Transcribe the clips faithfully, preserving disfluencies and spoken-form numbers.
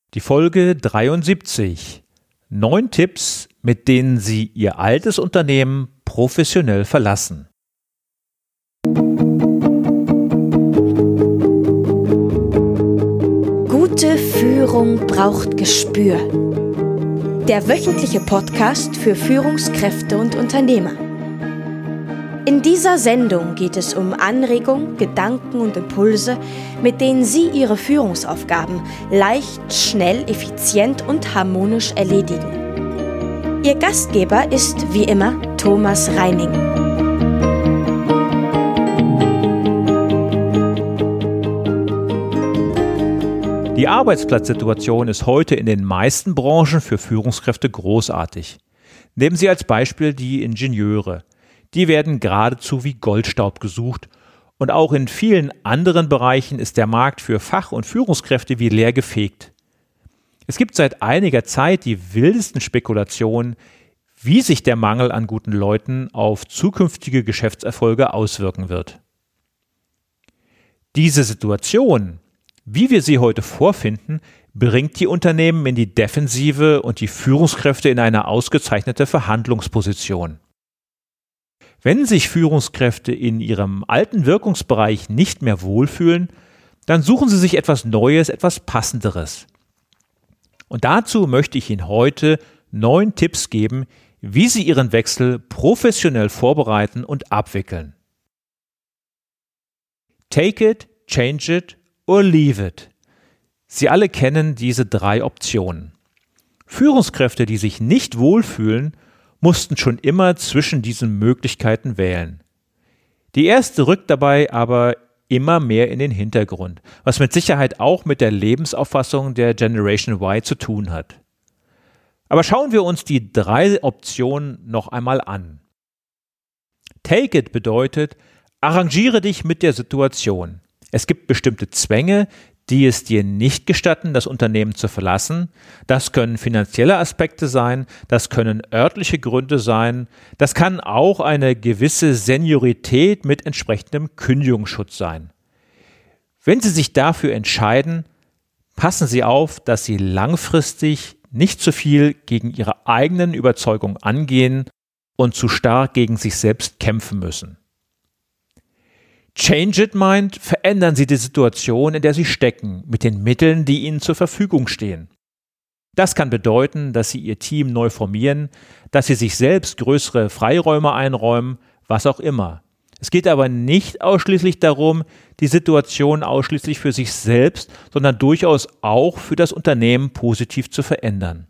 Die Folge dreiundsiebzig. Neun Tipps, mit denen Sie Ihr altes Unternehmen professionell verlassen. Gute Führung braucht Gespür. Der wöchentliche Podcast für Führungskräfte und Unternehmer. In dieser Sendung geht es um Anregungen, Gedanken und Impulse, mit denen Sie Ihre Führungsaufgaben leicht, schnell, effizient und harmonisch erledigen. Ihr Gastgeber ist wie immer Thomas Reining. Die Arbeitsplatzsituation ist heute in den meisten Branchen für Führungskräfte großartig. Nehmen Sie als Beispiel die Ingenieure. Die werden geradezu wie Goldstaub gesucht und auch in vielen anderen Bereichen ist der Markt für Fach- und Führungskräfte wie leer gefegt. Es gibt seit einiger Zeit die wildesten Spekulationen, wie sich der Mangel an guten Leuten auf zukünftige Geschäftserfolge auswirken wird. Diese Situation, wie wir sie heute vorfinden, bringt die Unternehmen in die Defensive und die Führungskräfte in eine ausgezeichnete Verhandlungsposition. Wenn sich Führungskräfte in ihrem alten Wirkungsbereich nicht mehr wohlfühlen, dann suchen sie sich etwas Neues, etwas Passenderes. Und dazu möchte ich Ihnen heute neun Tipps geben, wie Sie Ihren Wechsel professionell vorbereiten und abwickeln. Take it, change it or leave it. Sie alle kennen diese drei Optionen. Führungskräfte, die sich nicht wohlfühlen, mussten schon immer zwischen diesen Möglichkeiten wählen. Die erste rückt dabei aber immer mehr in den Hintergrund, was mit Sicherheit auch mit der Lebensauffassung der Generation Y zu tun hat. Aber schauen wir uns die drei Optionen noch einmal an. Take it bedeutet, arrangiere dich mit der Situation. Es gibt bestimmte Zwänge, die es dir nicht gestatten, das Unternehmen zu verlassen. Das können finanzielle Aspekte sein, das können örtliche Gründe sein, das kann auch eine gewisse Seniorität mit entsprechendem Kündigungsschutz sein. Wenn Sie sich dafür entscheiden, passen Sie auf, dass Sie langfristig nicht zu viel gegen Ihre eigenen Überzeugungen angehen und zu stark gegen sich selbst kämpfen müssen. Change it meint, verändern Sie die Situation, in der Sie stecken, mit den Mitteln, die Ihnen zur Verfügung stehen. Das kann bedeuten, dass Sie Ihr Team neu formieren, dass Sie sich selbst größere Freiräume einräumen, was auch immer. Es geht aber nicht ausschließlich darum, die Situation ausschließlich für sich selbst, sondern durchaus auch für das Unternehmen positiv zu verändern.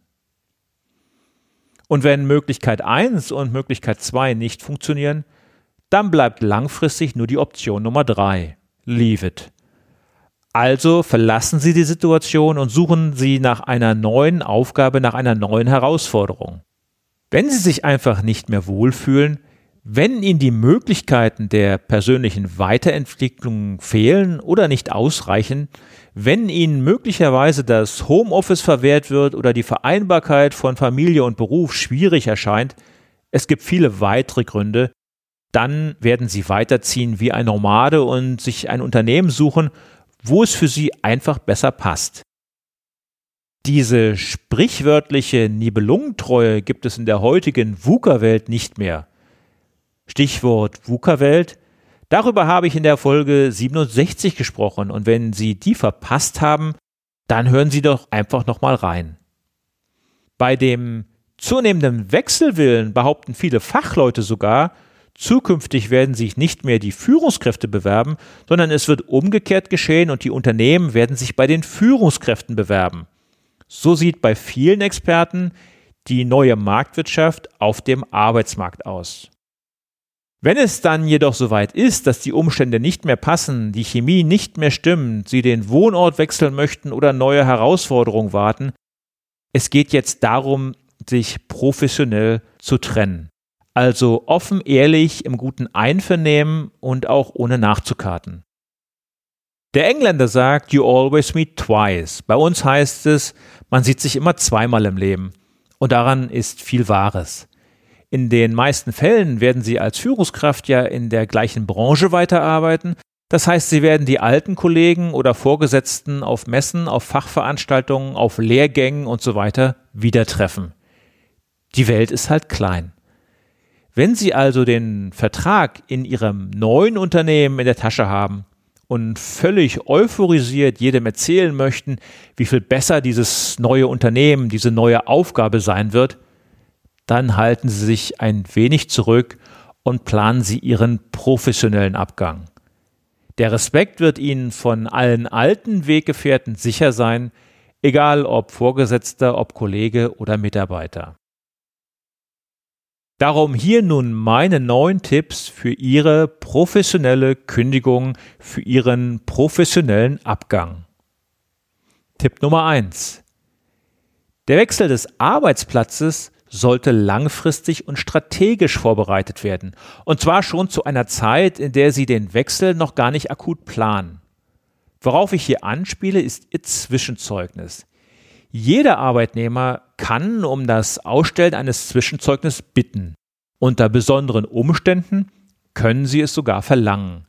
Und wenn Möglichkeit eins und Möglichkeit zwei nicht funktionieren, dann bleibt langfristig nur die Option Nummer drei, leave it. Also verlassen Sie die Situation und suchen Sie nach einer neuen Aufgabe, nach einer neuen Herausforderung. Wenn Sie sich einfach nicht mehr wohlfühlen, wenn Ihnen die Möglichkeiten der persönlichen Weiterentwicklung fehlen oder nicht ausreichen, wenn Ihnen möglicherweise das Homeoffice verwehrt wird oder die Vereinbarkeit von Familie und Beruf schwierig erscheint, es gibt viele weitere Gründe, dann werden Sie weiterziehen wie ein Nomade und sich ein Unternehmen suchen, wo es für Sie einfach besser passt. Diese sprichwörtliche Nibelungentreue gibt es in der heutigen VUCA-Welt nicht mehr. Stichwort VUCA-Welt, darüber habe ich in der Folge siebenundsechzig gesprochen und wenn Sie die verpasst haben, dann hören Sie doch einfach nochmal rein. Bei dem zunehmenden Wechselwillen behaupten viele Fachleute sogar, zukünftig werden sich nicht mehr die Führungskräfte bewerben, sondern es wird umgekehrt geschehen und die Unternehmen werden sich bei den Führungskräften bewerben. So sieht bei vielen Experten die neue Marktwirtschaft auf dem Arbeitsmarkt aus. Wenn es dann jedoch soweit ist, dass die Umstände nicht mehr passen, die Chemie nicht mehr stimmt, Sie den Wohnort wechseln möchten oder neue Herausforderungen warten, es geht jetzt darum, sich professionell zu trennen. Also offen, ehrlich, im guten Einvernehmen und auch ohne nachzukarten. Der Engländer sagt, you always meet twice. Bei uns heißt es, man sieht sich immer zweimal im Leben. Und daran ist viel Wahres. In den meisten Fällen werden Sie als Führungskraft ja in der gleichen Branche weiterarbeiten, Das heißt, Sie werden die alten Kollegen oder Vorgesetzten auf Messen, auf Fachveranstaltungen, auf Lehrgängen und so weiter wieder treffen. Die Welt ist halt klein. Wenn Sie also den Vertrag in Ihrem neuen Unternehmen in der Tasche haben und völlig euphorisiert jedem erzählen möchten, wie viel besser dieses neue Unternehmen, diese neue Aufgabe sein wird, dann halten Sie sich ein wenig zurück und planen Sie Ihren professionellen Abgang. Der Respekt wird Ihnen von allen alten Weggefährten sicher sein, egal ob Vorgesetzter, ob Kollege oder Mitarbeiter. Darum hier nun meine neun Tipps für Ihre professionelle Kündigung, für Ihren professionellen Abgang. Tipp Nummer eins. Der Wechsel des Arbeitsplatzes sollte langfristig und strategisch vorbereitet werden. Und zwar schon zu einer Zeit, in der Sie den Wechsel noch gar nicht akut planen. Worauf ich hier anspiele, ist Ihr Zwischenzeugnis. Jeder Arbeitnehmer kann um das Ausstellen eines Zwischenzeugnisses bitten. Unter besonderen Umständen können Sie es sogar verlangen.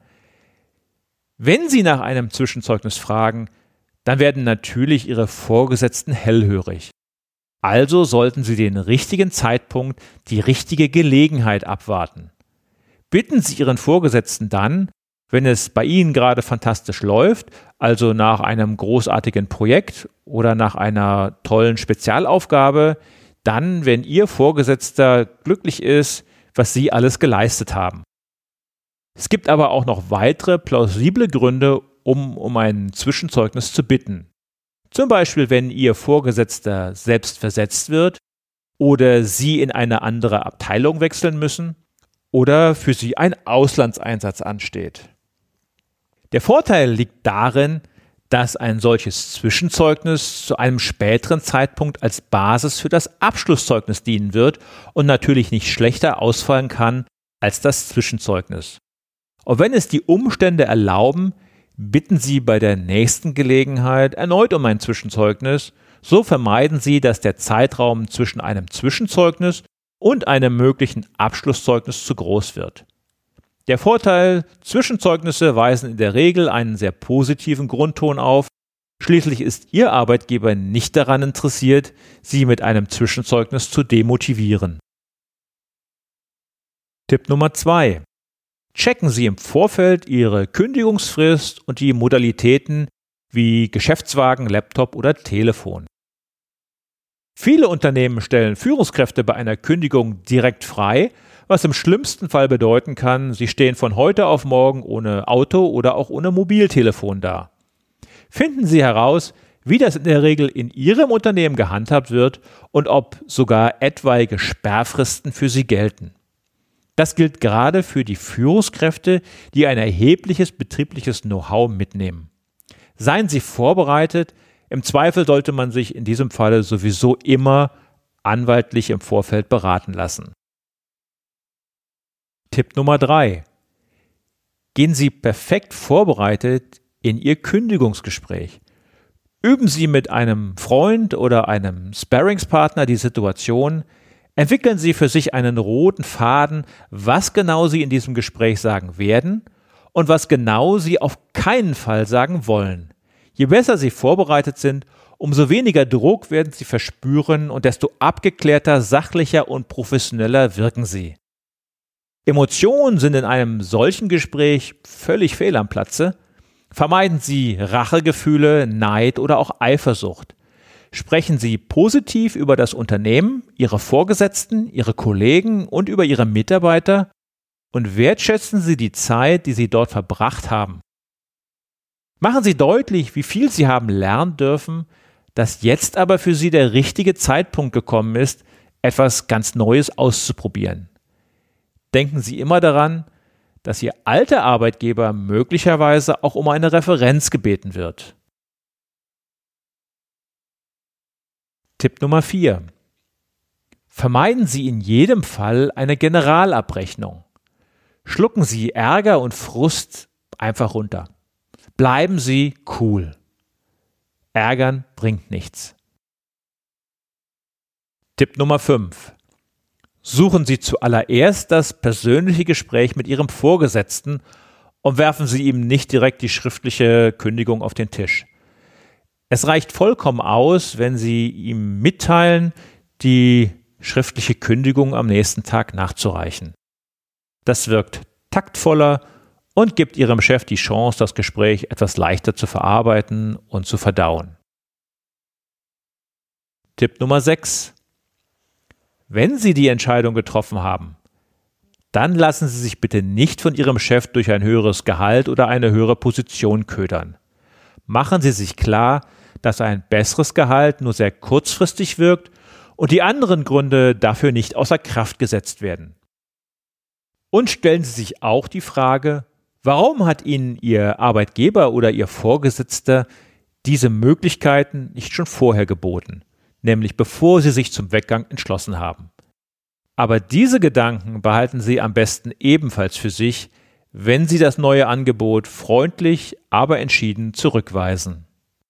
Wenn Sie nach einem Zwischenzeugnis fragen, dann werden natürlich Ihre Vorgesetzten hellhörig. Also sollten Sie den richtigen Zeitpunkt, die richtige Gelegenheit abwarten. Bitten Sie Ihren Vorgesetzten dann, wenn es bei Ihnen gerade fantastisch läuft, also nach einem großartigen Projekt oder nach einer tollen Spezialaufgabe, dann, wenn Ihr Vorgesetzter glücklich ist, was Sie alles geleistet haben. Es gibt aber auch noch weitere plausible Gründe, um um ein Zwischenzeugnis zu bitten. Zum Beispiel, wenn Ihr Vorgesetzter selbst versetzt wird oder Sie in eine andere Abteilung wechseln müssen oder für Sie ein Auslandseinsatz ansteht. Der Vorteil liegt darin, dass ein solches Zwischenzeugnis zu einem späteren Zeitpunkt als Basis für das Abschlusszeugnis dienen wird und natürlich nicht schlechter ausfallen kann als das Zwischenzeugnis. Und wenn es die Umstände erlauben, bitten Sie bei der nächsten Gelegenheit erneut um ein Zwischenzeugnis, so vermeiden Sie, dass der Zeitraum zwischen einem Zwischenzeugnis und einem möglichen Abschlusszeugnis zu groß wird. Der Vorteil: Zwischenzeugnisse weisen in der Regel einen sehr positiven Grundton auf, schließlich ist Ihr Arbeitgeber nicht daran interessiert, Sie mit einem Zwischenzeugnis zu demotivieren. Tipp Nummer zwei. Checken Sie im Vorfeld Ihre Kündigungsfrist und die Modalitäten wie Geschäftswagen, Laptop oder Telefon. Viele Unternehmen stellen Führungskräfte bei einer Kündigung direkt frei, was im schlimmsten Fall bedeuten kann, sie stehen von heute auf morgen ohne Auto oder auch ohne Mobiltelefon da. Finden Sie heraus, wie das in der Regel in Ihrem Unternehmen gehandhabt wird und ob sogar etwaige Sperrfristen für Sie gelten. Das gilt gerade für die Führungskräfte, die ein erhebliches betriebliches Know-how mitnehmen. Seien Sie vorbereitet, im Zweifel sollte man sich in diesem Falle sowieso immer anwaltlich im Vorfeld beraten lassen. Tipp Nummer drei. Gehen Sie perfekt vorbereitet in Ihr Kündigungsgespräch. Üben Sie mit einem Freund oder einem Sparringspartner die Situation. Entwickeln Sie für sich einen roten Faden, was genau Sie in diesem Gespräch sagen werden und was genau Sie auf keinen Fall sagen wollen. Je besser Sie vorbereitet sind, umso weniger Druck werden Sie verspüren und desto abgeklärter, sachlicher und professioneller wirken Sie. Emotionen sind in einem solchen Gespräch völlig fehl am Platze. Vermeiden Sie Rachegefühle, Neid oder auch Eifersucht. Sprechen Sie positiv über das Unternehmen, Ihre Vorgesetzten, Ihre Kollegen und über Ihre Mitarbeiter und wertschätzen Sie die Zeit, die Sie dort verbracht haben. Machen Sie deutlich, wie viel Sie haben lernen dürfen, dass jetzt aber für Sie der richtige Zeitpunkt gekommen ist, etwas ganz Neues auszuprobieren. Denken Sie immer daran, dass Ihr alter Arbeitgeber möglicherweise auch um eine Referenz gebeten wird. Tipp Nummer vier. Vermeiden Sie in jedem Fall eine Generalabrechnung. Schlucken Sie Ärger und Frust einfach runter. Bleiben Sie cool. Ärgern bringt nichts. Tipp Nummer fünf. Suchen Sie zuallererst das persönliche Gespräch mit Ihrem Vorgesetzten und werfen Sie ihm nicht direkt die schriftliche Kündigung auf den Tisch. Es reicht vollkommen aus, wenn Sie ihm mitteilen, die schriftliche Kündigung am nächsten Tag nachzureichen. Das wirkt taktvoller und gibt Ihrem Chef die Chance, das Gespräch etwas leichter zu verarbeiten und zu verdauen. Tipp Nummer sechs. Wenn Sie die Entscheidung getroffen haben, dann lassen Sie sich bitte nicht von Ihrem Chef durch ein höheres Gehalt oder eine höhere Position ködern. Machen Sie sich klar, dass ein besseres Gehalt nur sehr kurzfristig wirkt und die anderen Gründe dafür nicht außer Kraft gesetzt werden. Und stellen Sie sich auch die Frage, warum hat Ihnen Ihr Arbeitgeber oder Ihr Vorgesetzter diese Möglichkeiten nicht schon vorher geboten, nämlich bevor Sie sich zum Weggang entschlossen haben. Aber diese Gedanken behalten Sie am besten ebenfalls für sich, wenn Sie das neue Angebot freundlich, aber entschieden zurückweisen.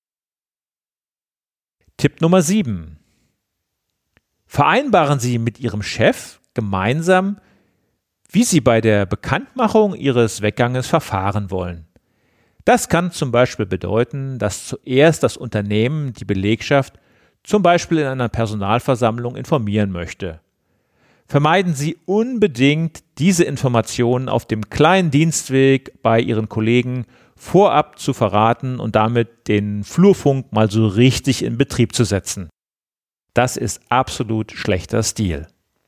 Tipp Nummer sieben. Vereinbaren Sie mit Ihrem Chef gemeinsam, wie Sie bei der Bekanntmachung Ihres Wegganges verfahren wollen. Das kann zum Beispiel bedeuten, dass zuerst das Unternehmen die Belegschaft zum Beispiel in einer Personalversammlung informieren möchte. Vermeiden Sie unbedingt, diese Informationen auf dem kleinen Dienstweg bei Ihren Kollegen vorab zu verraten und damit den Flurfunk mal so richtig in Betrieb zu setzen. Das ist absolut schlechter Stil.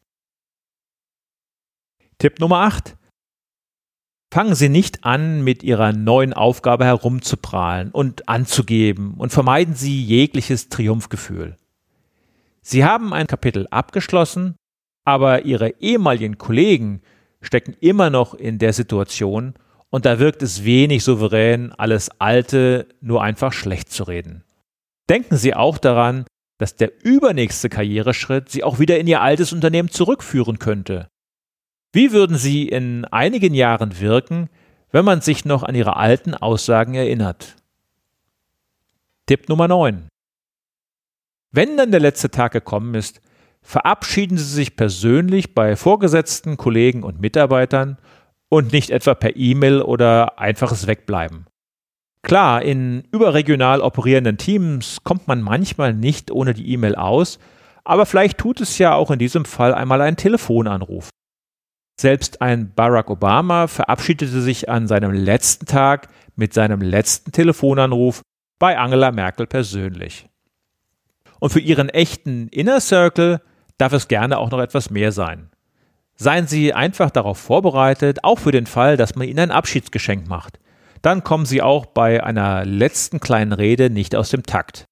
Tipp Nummer acht. Fangen Sie nicht an, mit Ihrer neuen Aufgabe herumzuprahlen und anzugeben und vermeiden Sie jegliches Triumphgefühl. Sie haben ein Kapitel abgeschlossen, aber Ihre ehemaligen Kollegen stecken immer noch in der Situation und da wirkt es wenig souverän, alles Alte nur einfach schlecht zu reden. Denken Sie auch daran, dass der übernächste Karriereschritt Sie auch wieder in Ihr altes Unternehmen zurückführen könnte. Wie würden Sie in einigen Jahren wirken, wenn man sich noch an Ihre alten Aussagen erinnert? Tipp Nummer neun. Wenn dann der letzte Tag gekommen ist, verabschieden Sie sich persönlich bei Vorgesetzten, Kollegen und Mitarbeitern und nicht etwa per E-Mail oder einfaches Wegbleiben. Klar, in überregional operierenden Teams kommt man manchmal nicht ohne die E-Mail aus, aber vielleicht tut es ja auch in diesem Fall einmal ein Telefonanruf. Selbst ein Barack Obama verabschiedete sich an seinem letzten Tag mit seinem letzten Telefonanruf bei Angela Merkel persönlich. Und für Ihren echten Inner Circle darf es gerne auch noch etwas mehr sein. Seien Sie einfach darauf vorbereitet, auch für den Fall, dass man Ihnen ein Abschiedsgeschenk macht. Dann kommen Sie auch bei einer letzten kleinen Rede nicht aus dem Takt.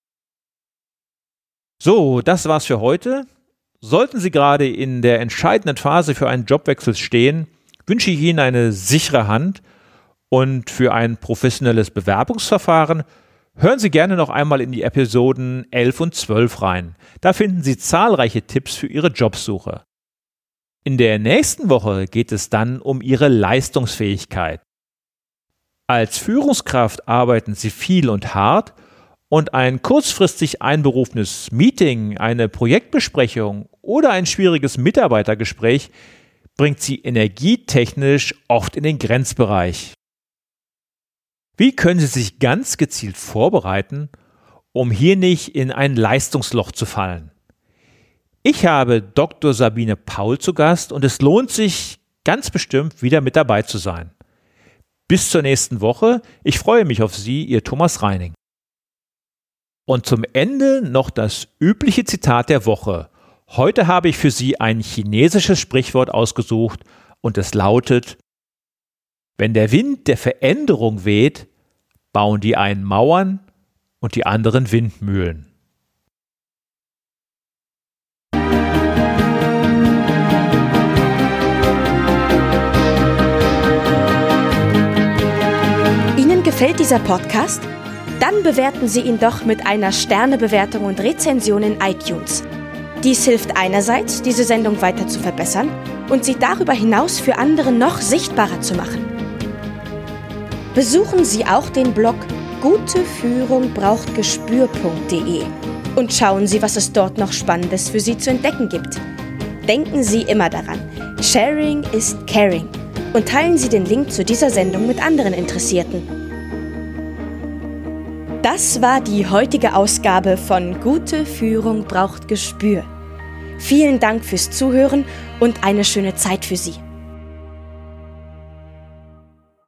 So, das war's für heute. Sollten Sie gerade in der entscheidenden Phase für einen Jobwechsel stehen, wünsche ich Ihnen eine sichere Hand und für ein professionelles Bewerbungsverfahren hören Sie gerne noch einmal in die Episoden elf und zwölf rein. Da finden Sie zahlreiche Tipps für Ihre Jobsuche. In der nächsten Woche geht es dann um Ihre Leistungsfähigkeit. Als Führungskraft arbeiten Sie viel und hart und ein kurzfristig einberufenes Meeting, eine Projektbesprechung oder ein schwieriges Mitarbeitergespräch bringt Sie energietechnisch oft in den Grenzbereich. Wie können Sie sich ganz gezielt vorbereiten, um hier nicht in ein Leistungsloch zu fallen? Ich habe Doktor Sabine Paul zu Gast und es lohnt sich ganz bestimmt wieder mit dabei zu sein. Bis zur nächsten Woche. Ich freue mich auf Sie, Ihr Thomas Reining. Und zum Ende noch das übliche Zitat der Woche. Heute habe ich für Sie ein chinesisches Sprichwort ausgesucht und es lautet: Wenn der Wind der Veränderung weht, bauen die einen Mauern und die anderen Windmühlen. Ihnen gefällt dieser Podcast? Dann bewerten Sie ihn doch mit einer Sternebewertung und Rezension in iTunes. Dies hilft einerseits, diese Sendung weiter zu verbessern und sie darüber hinaus für andere noch sichtbarer zu machen. Besuchen Sie auch den Blog gute führung braucht gespür punkt de und schauen Sie, was es dort noch Spannendes für Sie zu entdecken gibt. Denken Sie immer daran, Sharing ist Caring und teilen Sie den Link zu dieser Sendung mit anderen Interessierten. Das war die heutige Ausgabe von Gute Führung braucht Gespür. Vielen Dank fürs Zuhören und eine schöne Zeit für Sie.